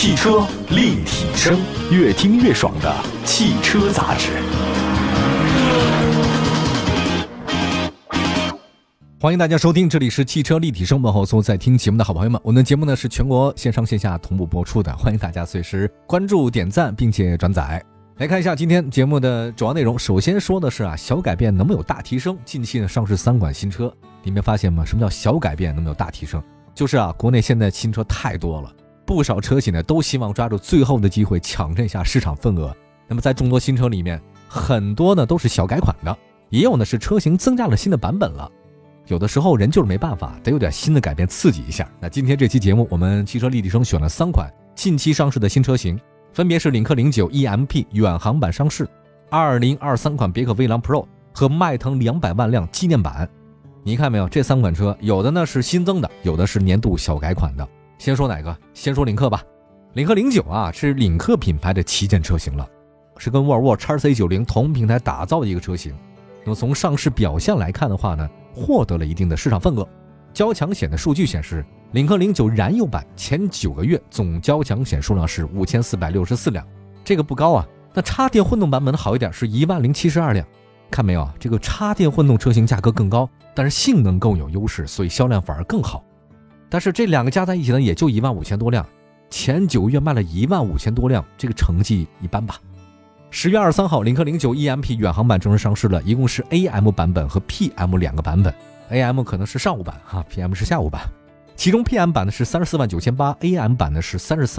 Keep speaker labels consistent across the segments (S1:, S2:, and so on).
S1: 汽车立体声，越听越爽的汽车杂志。
S2: 欢迎大家收听，这里是汽车立体声。问候所有在听节目的好朋友们，我们的节目呢是全国线上线下同步播出的，欢迎大家随时关注、点赞并且转载。来看一下今天节目的主要内容。首先说的是小改变能不能有大提升？近期呢上市3款新车，你没发现吗？什么叫小改变能不能有大提升？就是国内现在新车太多了，不少车企呢都希望抓住最后的机会抢占一下市场份额。那么在众多新车里面，很多呢都是小改款的，也有呢是车型增加了新的版本了。有的时候人就是没办法，得有点新的改变刺激一下。那今天这期节目，我们汽车立体声选了3款近期上市的新车型，分别是领克09 EMP 远航版上市，2023款别克威朗 Pro 和迈腾200万辆纪念版。你看没有，这3款车有的呢是新增的，有的是年度小改款的。先说哪个？先说领克吧。领克09是领克品牌的旗舰车型了，是跟沃尔沃 XC90 同平台打造的一个车型。那么从上市表现来看的话呢，获得了一定的市场份额。交强险的数据显示，领克09燃油版前9个月总交强险数量是5464辆，这个不高啊。那插电混动版本好一点，是10072辆。看没有，这个插电混动车型价格更高，但是性能更有优势，所以销量反而更好。但是这两个加在一起呢，也就15000多辆，前9个月卖了15000多辆，这个成绩一般吧。10月23号，领克09 EMP 远航版正式上市了，一共是 AM 版本和 PM 2个版本。AM 可能是上午版，PM 是下午版。其中 PM 版的是349800， AM 版的是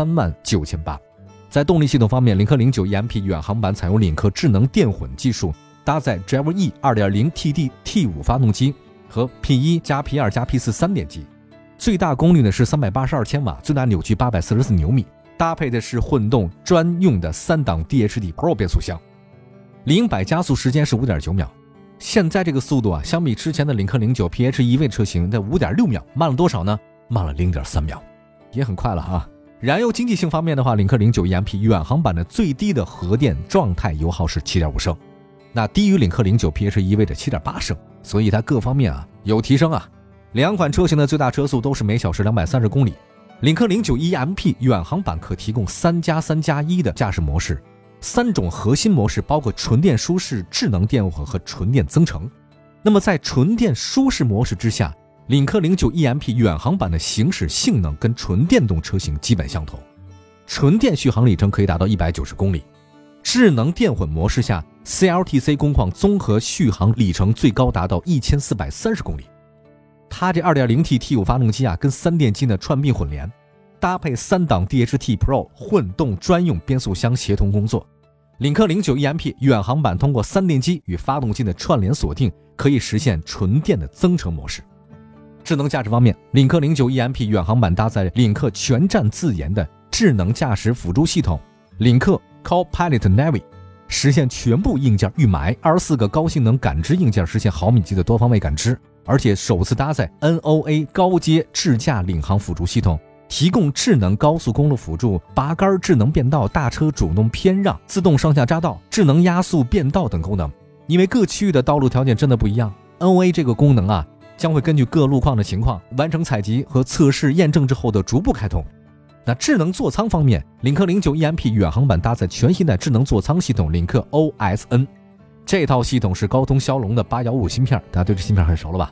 S2: 339800。在动力系统方面，领克09 EMP 远航版采用领克智能电混技术，搭载 Driver E 2.0TD T5 发动机和 P1 加 P2 加 P4 3点机，最大功率呢是382千瓦，最大扭矩844牛米。搭配的是混动专用的3档 DHD Pro 变速箱，0-100加速时间是 5.9 秒。现在这个速度相比之前的领克09 PHEV 车型的 5.6 秒，慢了多少呢？慢了 0.3 秒，也很快了燃油经济性方面的话，领克09 EMP 远航版的最低的核电状态油耗是 7.5 升，那低于领克09 PHEV 的 7.8 升，所以它各方面有提升两款车型的最大车速都是每小时230公里。领克09 EMP 远航版可提供3+3+1的驾驶模式，3种核心模式包括纯电舒适、智能电混和纯电增程。那么在纯电舒适模式之下，领克09 EMP 远航版的行驶性能跟纯电动车型基本相同，纯电续航里程可以达到190公里。智能电混模式下 CLTC 工况综合续航里程最高达到1430公里。它这 2.0T T5 发动机跟3电机呢串并混联，搭配3档 DHT Pro 混动专用变速箱协同工作。领克09 EMP 远航版通过3电机与发动机的串联锁定，可以实现纯电的增程模式。智能驾驶方面，领克09 EMP 远航版搭载领克全站自研的智能驾驶辅助系统领克 Co-Pilot Navi， 实现全部硬件预埋，24个高性能感知硬件实现毫米级的多方位感知，而且首次搭载 NOA 高阶智驾领航辅助系统，提供智能高速公路辅助、拔杆智能变道、大车主动偏让、自动上下匝道、智能压速变道等功能。因为各区域的道路条件真的不一样， NOA 这个功能将会根据各路况的情况完成采集和测试验证之后的逐步开通。那智能座舱方面，领克09 EMP 远航版搭载全新的智能座舱系统领克 OSN，这套系统是高通骁龙的815芯片，大家对这芯片很熟了吧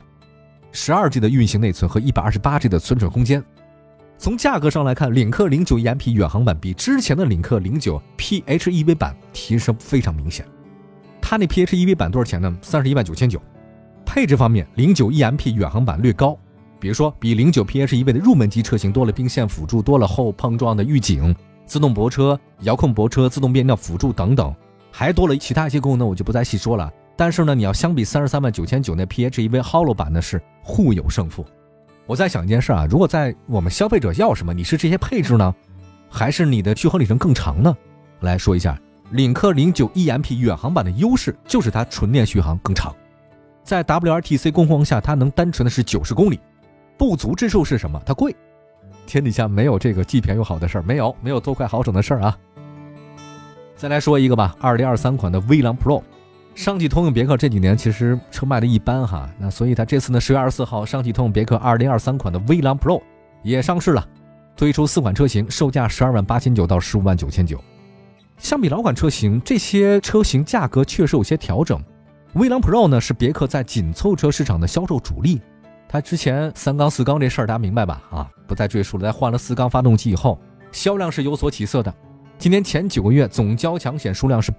S2: ？12G 的运行内存和 128G 的存储空间。从价格上来看，领克09 EMP 远航版比之前的领克09 PHEV 版提升非常明显。它那 PHEV 版多少钱呢？31.999万。配置方面，09 EMP 远航版略高，比如说比09 PHEV 的入门级车型多了并线辅助，多了后碰撞的预警、自动泊车、遥控泊车、自动变调辅助等等，还多了其他一些功能，我就不再细说了。但是呢，你要相比33.999万那 PHEV Hollow 版呢，是互有胜负。我在想一件事如果在我们消费者要什么，你是这些配置呢，还是你的续航里程更长呢？来说一下，领克09 EMP 远航版的优势就是它纯电续航更长，在 WLTC 工况下，它能单纯的是90公里。不足之处是什么？它贵。天底下没有这个既便又好的事儿，没有多快好省的事儿再来说一个吧，2023款的威朗 Pro。上汽通用别克这几年其实车卖的一般那所以它这次呢10月24号，上汽通用别克2023款的威朗 Pro 也上市了。 推出4款车型，售价12.89万到15.9万。相比老款车型，这些车型价格确实有些调整。威朗 Pro 呢是别克在紧凑车市场的销售主力，它之前3缸4缸这事儿大家明白吧？不再赘述了。在换了4缸发动机以后，销量是有所起色的。今年前9个月总交强险数量是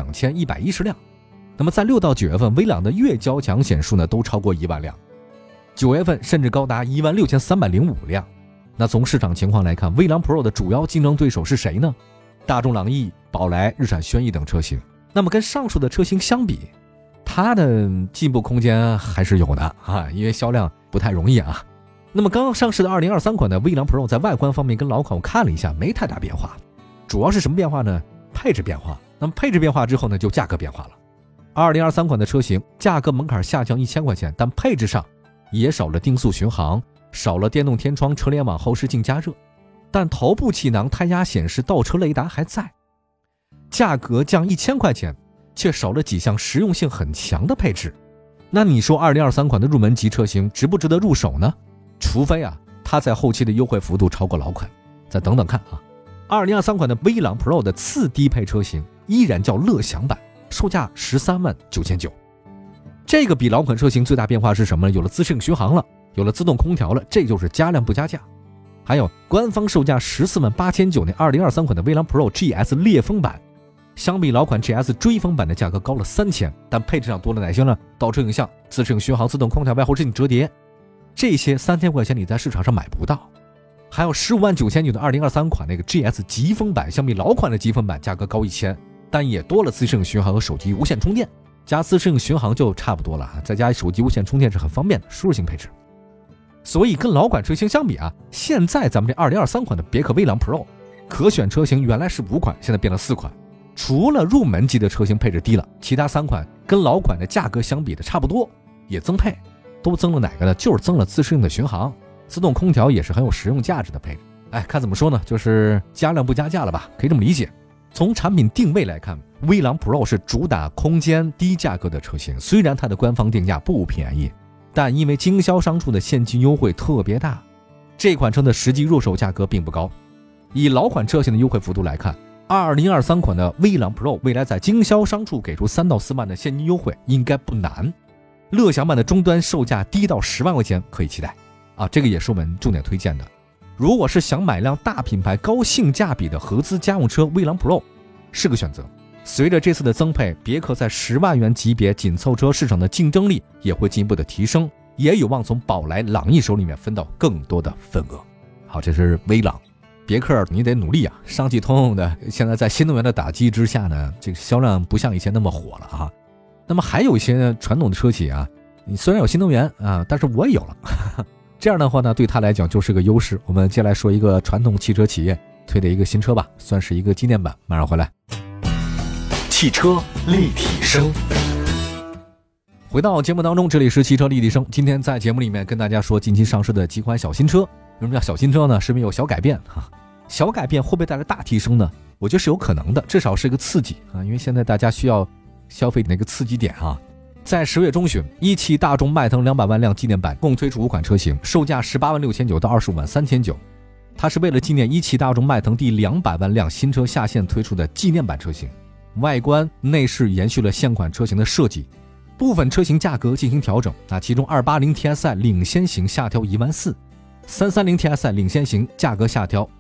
S2: 82110辆，那么在6到9月份，威朗的月交强险数呢都超过1万辆，9月份甚至高达16305辆。那从市场情况来看，威朗 Pro 的主要竞争对手是谁呢？大众朗逸、宝来、日产轩逸等车型。那么跟上述的车型相比，它的进步空间还是有的因为销量不太容易啊。那么刚刚上市的2023款的威朗 Pro 在外观方面跟老款我看了一下，没太大变化。主要是什么变化呢？配置变化。那么配置变化之后呢，就价格变化了。2023款的车型价格门槛下降1000块钱，但配置上也少了定速巡航，少了电动天窗、车联网、后视镜加热，但头部气囊、胎压显示、倒车雷达还在。价格降1000块钱，却少了几项实用性很强的配置。那你说2023款的入门级车型值不值得入手呢？除非它在后期的优惠幅度超过老款，再等等看2023款的威朗 Pro 的次低配车型依然叫乐享版，售价13.9万。这个比老款车型最大变化是什么呢？有了自适应巡航了，有了自动空调了，这就是加量不加价。还有官方售价14.89万那2023款的威朗 Pro GS 烈风版，相比老款 GS 追风版的价格高了3000，但配置上多了哪些呢？倒车影像、自适应巡航、自动空调、外后视镜折叠，这些3000块钱你在市场上买不到。还有15.9万的2023款那个 GS 疾风版，相比老款的疾风版价格高1000，但也多了自适应巡航和手机无线充电，加自适应巡航就差不多了，再加手机无线充电是很方便的输入型配置。所以跟老款车型相比现在咱们这2023款的别克威朗 Pro 可选车型原来是5款，现在变了4款，除了入门级的车型配置低了，其他3款跟老款的价格相比的差不多，也增配，都增了哪个呢？就是增了自适应的巡航，自动空调也是很有实用价值的配置。看怎么说呢，就是加量不加价了吧，可以这么理解。从产品定位来看，威朗 Pro 是主打空间低价格的车型，虽然它的官方定价不便宜，但因为经销商处的现金优惠特别大，这款车的实际入手价格并不高。以老款车型的优惠幅度来看，2023款的威朗 Pro 未来在经销商处给出3到4万的现金优惠应该不难。乐享版的终端售价低到10万块钱可以期待这个也是我们重点推荐的。如果是想买辆大品牌高性价比的合资家用车，威朗 Pro 是个选择。随着这次的增配，别克在10万元级别紧凑车市场的竞争力也会进一步的提升，也有望从宝来、朗逸手里面分到更多的份额。好，这是威朗。别克你得努力上汽通用的现在在新能源的打击之下呢，这个销量不像以前那么火了那么还有一些传统的车企你虽然有新能源但是我也有了这样的话呢，对他来讲就是个优势。我们接下来说一个传统汽车企业推的一个新车吧，算是一个纪念版，马上回来。
S1: 汽车立体声，
S2: 回到节目当中，这里是汽车立体声。今天在节目里面跟大家说近期上市的几款小新车。为什么叫小新车呢？是因为有小改变小改变会不会带来大提升呢？我觉得是有可能的，至少是一个刺激因为现在大家需要消费那个刺激点在10月中旬，一汽大众迈腾200万辆纪念版共推出5款车型，售价18.69万到25.39万。它是为了纪念一汽大众迈腾第200万辆新车下线推出的纪念版车型，外观内饰延续了现款车型的设计，部分车型价格进行调整其中280 TSI 领先型下调14000，330 TSI 领先型价格下调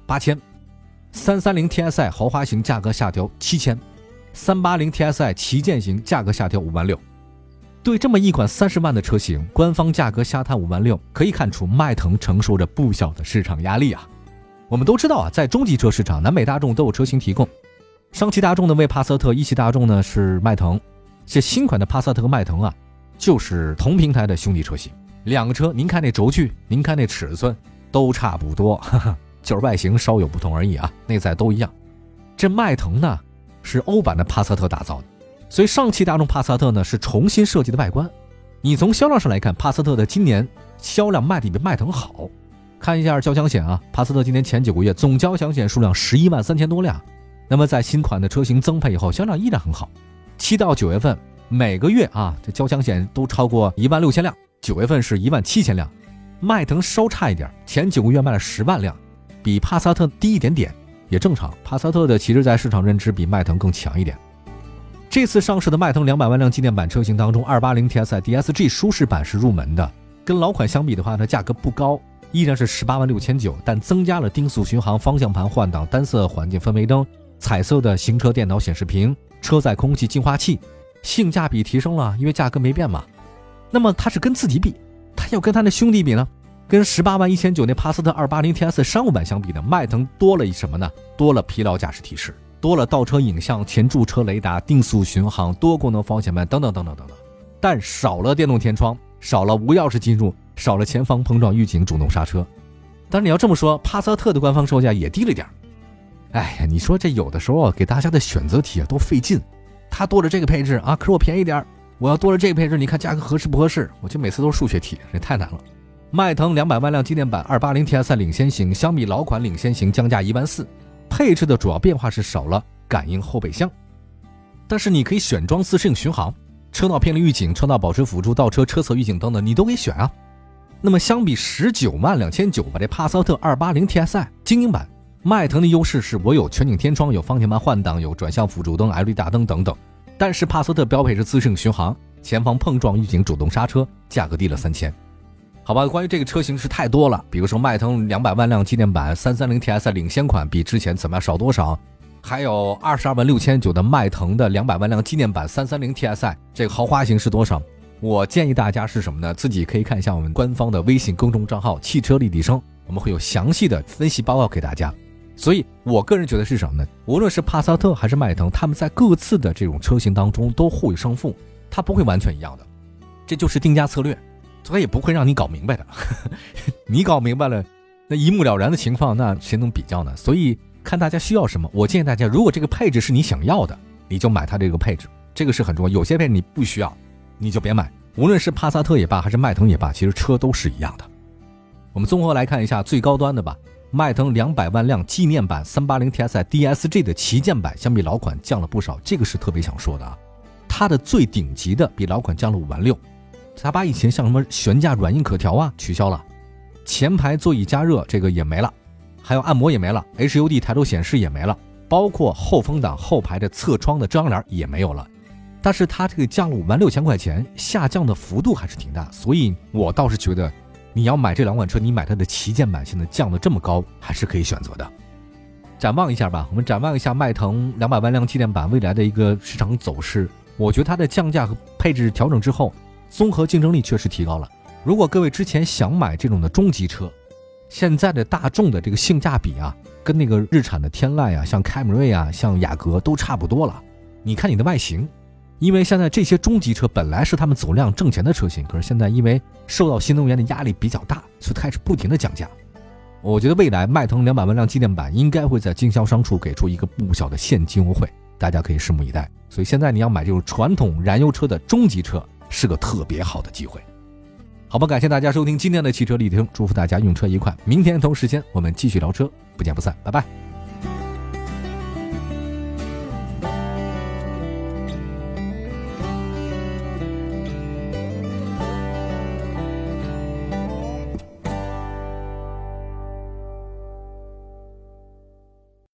S2: 8000，330 TSI 豪华型价格下调7000，380 TSI 旗舰型价格下调56000。对这么一款30万的车型，官方价格下探56000，可以看出迈腾承受着不小的市场压力我们都知道在中级车市场，南北大众都有车型提供，上汽大众呢为帕萨特，一汽大众呢是迈腾。这新款的帕萨特和迈腾就是同平台的兄弟车型，两个车您看那轴距，您看那尺寸都差不多就是外形稍有不同而已内在都一样。这迈腾呢是欧版的帕萨特打造的，所以上汽大众帕萨特呢是重新设计的外观。你从销量上来看，帕萨特的今年销量卖的比迈腾好。看一下交强险帕萨特今年前9个月总交强险数量113000多辆，那么在新款的车型增配以后，销量依然很好。7到9月份每个月这交强险都超过16000辆，9月份是17000辆。迈腾稍差一点，前9个月卖了10万辆， 比帕萨特低一点点，也正常。帕萨特的其实在市场认知比迈腾更强一点。这次上市的迈腾200万辆纪念版车型当中，280 TSI DSG 舒适版是入门的，跟老款相比的话，它价格不高，依然是18万6900，但增加了定速巡航、方向盘换挡、单色环境氛围灯、彩色的行车电脑显示屏、车载空气净化器，性价比提升了，因为价格没变嘛。那么它是跟自己比，它要跟它的兄弟比呢？跟18万1900那帕萨特280 TS 商务版相比呢，迈腾多了什么呢？多了疲劳驾驶提示，多了倒车影像、前驻车雷达、定速巡航、多功能方向盘等等等等等等，但少了电动天窗，少了无钥匙进入，少了前方碰撞预警主动刹车。当然你要这么说，帕萨特的官方售价也低了点。哎呀，你说这有的时候给大家的选择题都费劲，它多了这个配置可是我便宜点，我要多了这个配置，你看价格合适不合适？我就每次都是数学题，这太难了。迈腾200万辆纪念版280 TSI 领先型相比老款领先型降价1万4，配置的主要变化是少了感应后备箱，但是你可以选装自适应巡航、车道偏离预警、车道保持辅助、倒车车侧预警等等，你都可以选啊。那么相比19万2900把这帕萨特280 TSI 精英版，迈腾的优势是我有全景天窗、有方向盘换挡、有转向辅助灯、LED 大灯等等，但是帕萨特标配是自适应巡航、前方碰撞预警、主动刹车，价格低了3000。好吧，关于这个车型是太多了，比如说迈腾200万辆纪念版330 TSI 领先款比之前怎么样少多少，还有22万6900的迈腾的200万辆纪念版330 TSI 这个豪华型是多少？我建议大家是什么呢？自己可以看一下我们官方的微信公众账号汽车立体声，我们会有详细的分析报告给大家。所以我个人觉得是什么呢？无论是帕萨特还是迈腾，他们在各自的这种车型当中都互有胜负，它不会完全一样的，这就是定价策略，所以也不会让你搞明白的你搞明白了，那一目了然的情况，那谁能比较呢？所以看大家需要什么，我建议大家，如果这个配置是你想要的，你就买它这个配置，这个是很重要。有些配置你不需要，你就别买。无论是帕萨特也罢，还是迈腾也罢，其实车都是一样的。我们综合来看一下最高端的吧，迈腾200万辆纪念版380 TSI DSG 的旗舰版相比老款降了不少，这个是特别想说的啊。它的最顶级的比老款降了5万6，它把以前像什么悬架软硬可调取消了，前排座椅加热这个也没了，还有按摩也没了， HUD 抬头显示也没了，包括后风挡后排的侧窗的遮阳帘也没有了。但是它这个降了5万6千块钱，下降的幅度还是挺大，所以我倒是觉得你要买这两款车，你买它的旗舰版现在降得这么高，还是可以选择的。展望一下吧，我们展望一下迈腾200万辆纪念版未来的一个市场走势。我觉得它的降价和配置调整之后，综合竞争力确实提高了。如果各位之前想买这种的中级车，现在的大众的这个性价比跟那个日产的天籁像凯美瑞像雅阁都差不多了。你看你的外形，因为现在这些中级车本来是他们走量挣钱的车型，可是现在因为受到新能源的压力比较大，所以开始不停的降价。我觉得未来迈腾200万辆纪念版应该会在经销商处给出一个不小的现金优惠，大家可以拭目以待。所以现在你要买这种传统燃油车的中级车是个特别好的机会。好吧，感谢大家收听今天的汽车立体声，祝福大家用车愉快。明天同时间我们继续聊车，不见不散，拜拜。